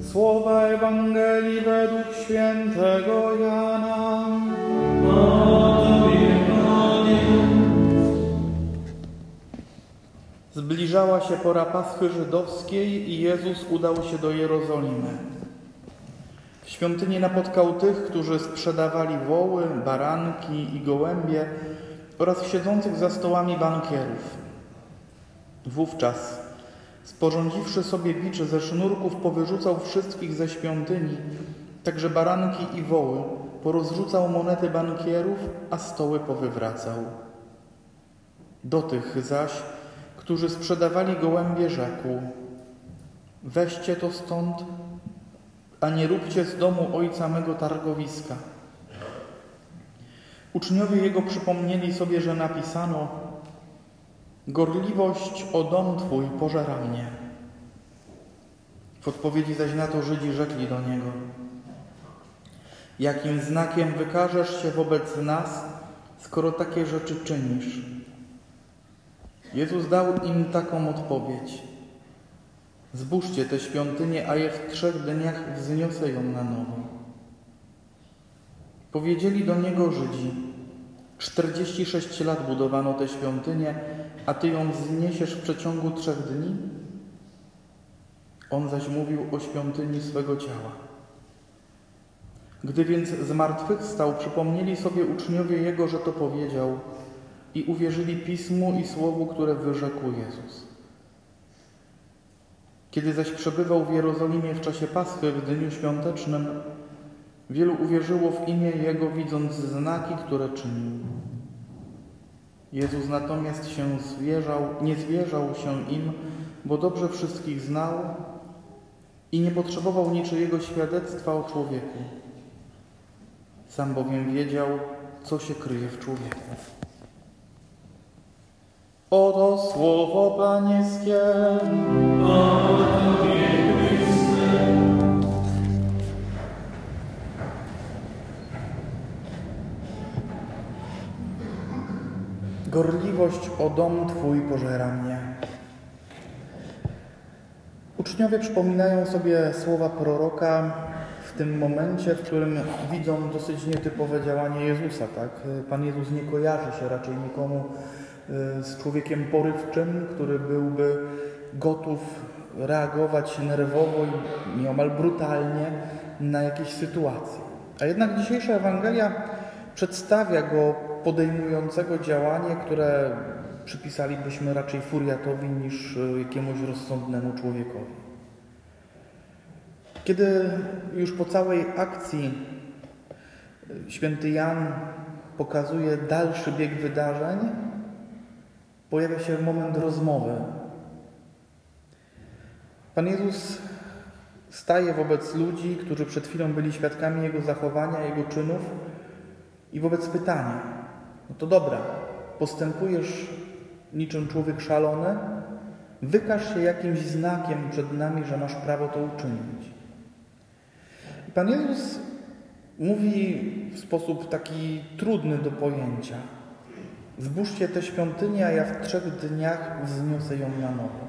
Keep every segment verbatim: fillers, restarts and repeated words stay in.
Słowa Ewangelii według świętego Jana. Zbliżała się pora Paschy żydowskiej i Jezus udał się do Jerozolimy. W świątyni napotkał tych, którzy sprzedawali woły, baranki i gołębie oraz siedzących za stołami bankierów. Wówczas, sporządziwszy sobie bicze ze sznurków, powyrzucał wszystkich ze świątyni, także baranki i woły, porozrzucał monety bankierów, a stoły powywracał. Do tych zaś, którzy sprzedawali gołębie, rzekł: weźcie to stąd, a nie róbcie z domu ojca mego targowiska. Uczniowie jego przypomnieli sobie, że napisano: gorliwość o dom Twój pożera mnie. W odpowiedzi zaś na to Żydzi rzekli do niego: jakim znakiem wykażesz się wobec nas, skoro takie rzeczy czynisz? Jezus dał im taką odpowiedź: zbóżcie tę świątynię, a je w trzech dniach wzniosę ją na nowo. Powiedzieli do niego Żydzi: czterdzieści sześć lat budowano tę świątynię, a Ty ją wzniesiesz w przeciągu trzech dni? On zaś mówił o świątyni swego ciała. Gdy więc zmartwychwstał, przypomnieli sobie uczniowie Jego, że to powiedział, i uwierzyli Pismu i Słowu, które wyrzekł Jezus. Kiedy zaś przebywał w Jerozolimie w czasie Paschy, w dniu świątecznym, wielu uwierzyło w imię Jego, widząc znaki, które czynił. Jezus natomiast się zwierzał, nie zwierzał się im, bo dobrze wszystkich znał i nie potrzebował niczyjego świadectwa o człowieku. Sam bowiem wiedział, co się kryje w człowieku. Oto słowo Pańskie. Gorliwość o dom Twój pożera mnie. Uczniowie przypominają sobie słowa proroka w tym momencie, w którym widzą dosyć nietypowe działanie Jezusa. Tak? Pan Jezus nie kojarzy się raczej nikomu z człowiekiem porywczym, który byłby gotów reagować nerwowo i nieomal brutalnie na jakieś sytuacje. A jednak dzisiejsza Ewangelia przedstawia go podejmującego działanie, które przypisalibyśmy raczej furiatowi niż jakiemuś rozsądnemu człowiekowi. Kiedy już po całej akcji święty Jan pokazuje dalszy bieg wydarzeń, pojawia się moment rozmowy. Pan Jezus staje wobec ludzi, którzy przed chwilą byli świadkami Jego zachowania, Jego czynów i wobec pytania: no to dobra, postępujesz niczym człowiek szalony, wykaż się jakimś znakiem przed nami, że masz prawo to uczynić. I Pan Jezus mówi w sposób taki trudny do pojęcia: zbóżcie tę świątynię, a ja w trzech dniach wzniosę ją na nowo.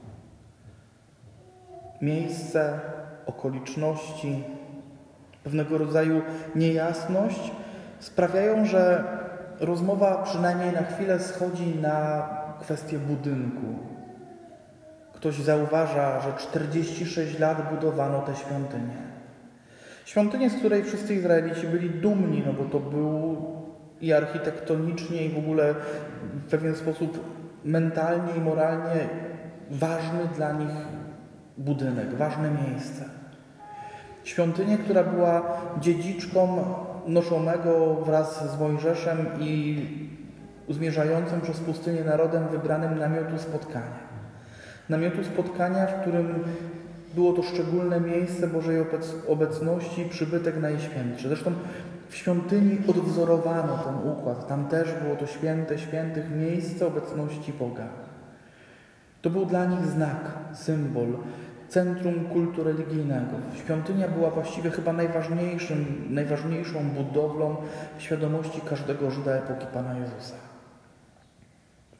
Miejsce, okoliczności, pewnego rodzaju niejasność sprawiają, że rozmowa przynajmniej na chwilę schodzi na kwestię budynku. Ktoś zauważa, że czterdzieści sześć lat budowano tę świątynię. Świątynię, z której wszyscy Izraelici byli dumni, no bo to był i architektonicznie, i w ogóle w pewien sposób mentalnie i moralnie ważny dla nich budynek, ważne miejsce. Świątynię, która była dziedziczką noszonego wraz z Mojżeszem i zmierzającym przez pustynię narodem wybranym namiotu spotkania. Namiotu spotkania, w którym było to szczególne miejsce Bożej obecności i przybytek Najświętszy. Zresztą w świątyni odwzorowano ten układ. Tam też było to święte świętych, miejsce obecności Boga. To był dla nich znak, symbol, centrum kultu religijnego. Świątynia była właściwie chyba najważniejszym, najważniejszą budowlą w świadomości każdego Żyda epoki Pana Jezusa.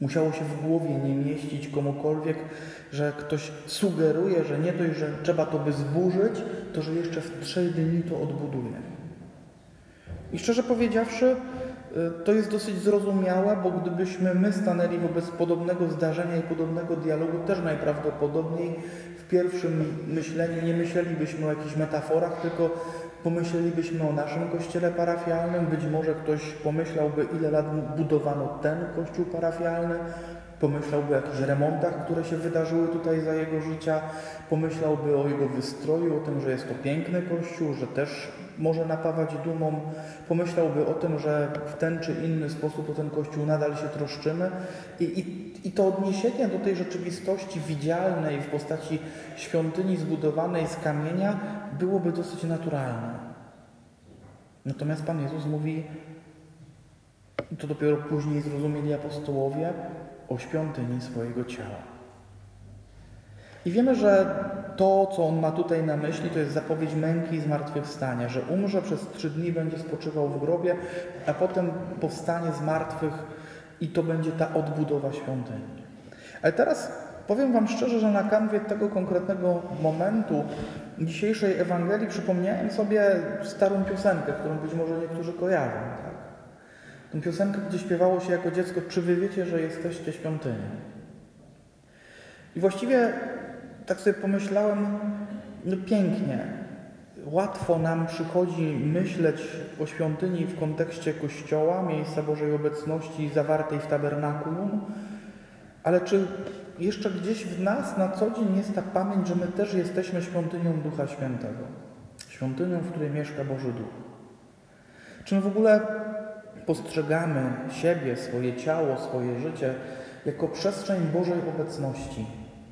Musiało się w głowie nie mieścić komukolwiek, że ktoś sugeruje, że nie dość, że trzeba to by zburzyć, to że jeszcze w trzy dni to odbuduje. I szczerze powiedziawszy, to jest dosyć zrozumiałe, bo gdybyśmy my stanęli wobec podobnego zdarzenia i podobnego dialogu, też najprawdopodobniej w pierwszym myśleniu nie myślelibyśmy o jakichś metaforach, tylko pomyślelibyśmy o naszym kościele parafialnym. Być może ktoś pomyślałby, ile lat budowano ten kościół parafialny, pomyślałby o jakichś remontach, które się wydarzyły tutaj za jego życia, pomyślałby o jego wystroju, o tym, że jest to piękny kościół, że też może napawać dumą, pomyślałby o tym, że w ten czy inny sposób o ten kościół nadal się troszczymy i, i, i to odniesienie do tej rzeczywistości widzialnej w postaci świątyni zbudowanej z kamienia byłoby dosyć naturalne. Natomiast Pan Jezus mówi, i to dopiero później zrozumieli apostołowie, o świątyni swojego ciała. I wiemy, że to, co on ma tutaj na myśli, to jest zapowiedź męki i zmartwychwstania, że umrze przez trzy dni, będzie spoczywał w grobie, a potem powstanie z martwych i to będzie ta odbudowa świątyni. Ale teraz powiem Wam szczerze, że na kanwie tego konkretnego momentu dzisiejszej Ewangelii przypomniałem sobie starą piosenkę, którą być może niektórzy kojarzą. Tak? Tę piosenkę, gdzie śpiewało się jako dziecko: czy wy wiecie, że jesteście świątynią? I właściwie tak sobie pomyślałem, no pięknie, łatwo nam przychodzi myśleć o świątyni w kontekście Kościoła, miejsca Bożej obecności zawartej w tabernakulum, ale czy jeszcze gdzieś w nas na co dzień jest ta pamięć, że my też jesteśmy świątynią Ducha Świętego, świątynią, w której mieszka Boży Duch? Czy my w ogóle postrzegamy siebie, swoje ciało, swoje życie jako przestrzeń Bożej obecności?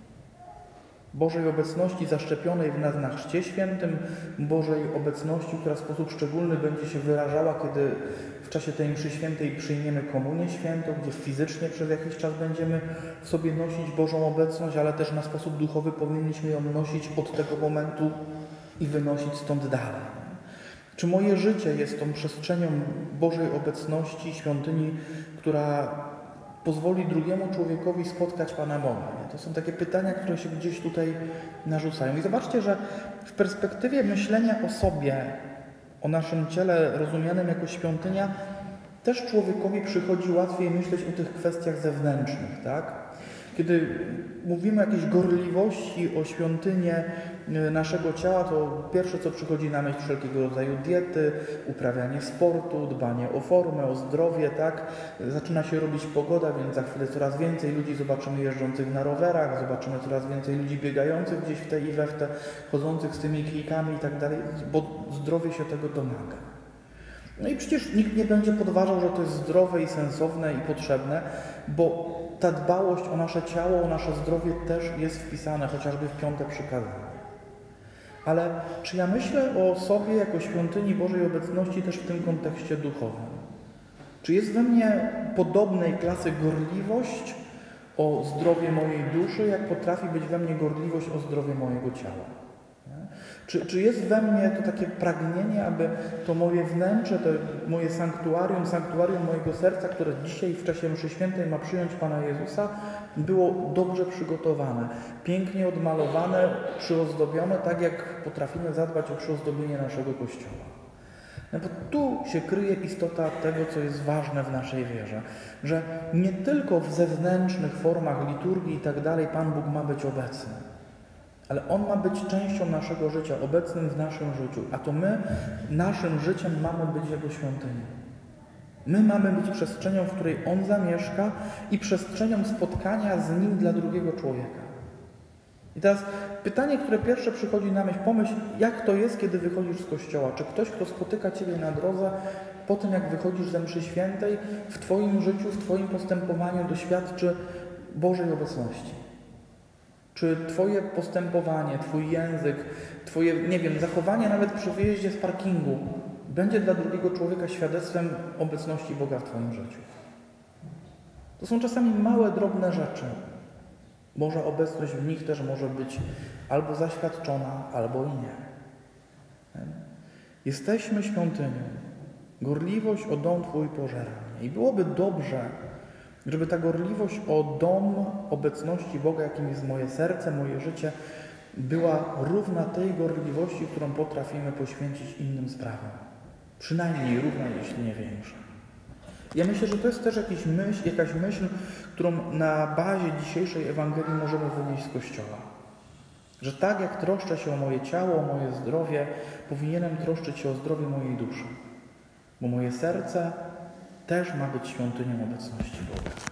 Bożej obecności zaszczepionej w nas na Chrzcie Świętym, Bożej obecności, która w sposób szczególny będzie się wyrażała, kiedy w czasie tej mszy świętej przyjmiemy Komunię Świętą, gdzie fizycznie przez jakiś czas będziemy w sobie nosić Bożą obecność, ale też na sposób duchowy powinniśmy ją nosić od tego momentu i wynosić stąd dalej. Czy moje życie jest tą przestrzenią Bożej obecności, świątyni, która pozwoli drugiemu człowiekowi spotkać Pana Boga? To są takie pytania, które się gdzieś tutaj narzucają. I zobaczcie, że w perspektywie myślenia o sobie, o naszym ciele rozumianym jako świątynia, też człowiekowi przychodzi łatwiej myśleć o tych kwestiach zewnętrznych, tak? Kiedy mówimy o jakiejś gorliwości, o świątynię naszego ciała, to pierwsze, co przychodzi na myśl, wszelkiego rodzaju diety, uprawianie sportu, dbanie o formę, o zdrowie, tak? Zaczyna się robić pogoda, więc za chwilę coraz więcej ludzi zobaczymy jeżdżących na rowerach, zobaczymy coraz więcej ludzi biegających gdzieś w te i we w te, chodzących z tymi kijkami i tak dalej, bo zdrowie się tego domaga. No i przecież nikt nie będzie podważał, że to jest zdrowe i sensowne i potrzebne, bo ta dbałość o nasze ciało, o nasze zdrowie też jest wpisane chociażby w piąte przykazanie. Ale czy ja myślę o sobie jako świątyni Bożej obecności też w tym kontekście duchowym? Czy jest we mnie podobnej klasy gorliwość o zdrowie mojej duszy, jak potrafi być we mnie gorliwość o zdrowie mojego ciała? Czy, czy jest we mnie to takie pragnienie, aby to moje wnętrze, to moje sanktuarium, sanktuarium mojego serca, które dzisiaj w czasie mszy świętej ma przyjąć Pana Jezusa, było dobrze przygotowane, pięknie odmalowane, przyozdobione, tak jak potrafimy zadbać o przyozdobienie naszego Kościoła. No bo tu się kryje istota tego, co jest ważne w naszej wierze, że nie tylko w zewnętrznych formach liturgii i tak dalej Pan Bóg ma być obecny, ale On ma być częścią naszego życia, obecnym w naszym życiu, a to my naszym życiem mamy być Jego świątynią. My mamy być przestrzenią, w której On zamieszka i przestrzenią spotkania z Nim dla drugiego człowieka. I teraz pytanie, które pierwsze przychodzi na myśl, pomyśl, jak to jest, kiedy wychodzisz z kościoła? Czy ktoś, kto spotyka Ciebie na drodze, po tym jak wychodzisz ze mszy świętej, w Twoim życiu, w Twoim postępowaniu doświadczy Bożej obecności? Czy Twoje postępowanie, Twój język, Twoje, nie wiem, zachowanie nawet przy wyjeździe z parkingu będzie dla drugiego człowieka świadectwem obecności Boga w Twoim życiu? To są czasami małe, drobne rzeczy. Boża obecność w nich też może być albo zaświadczona, albo i nie. Jesteśmy świątynią. Gorliwość o dom Twój pożera mnie. I byłoby dobrze, Żeby ta gorliwość o dom obecności Boga, jakim jest moje serce, moje życie, była równa tej gorliwości, którą potrafimy poświęcić innym sprawom. Przynajmniej równa, jeśli nie większa. Ja myślę, że to jest też jakiś myśl, jakaś myśl, którą na bazie dzisiejszej Ewangelii możemy wynieść z Kościoła. Że tak jak troszczę się o moje ciało, o moje zdrowie, powinienem troszczyć się o zdrowie mojej duszy. Bo moje serce też ma być świątynią obecności Boga.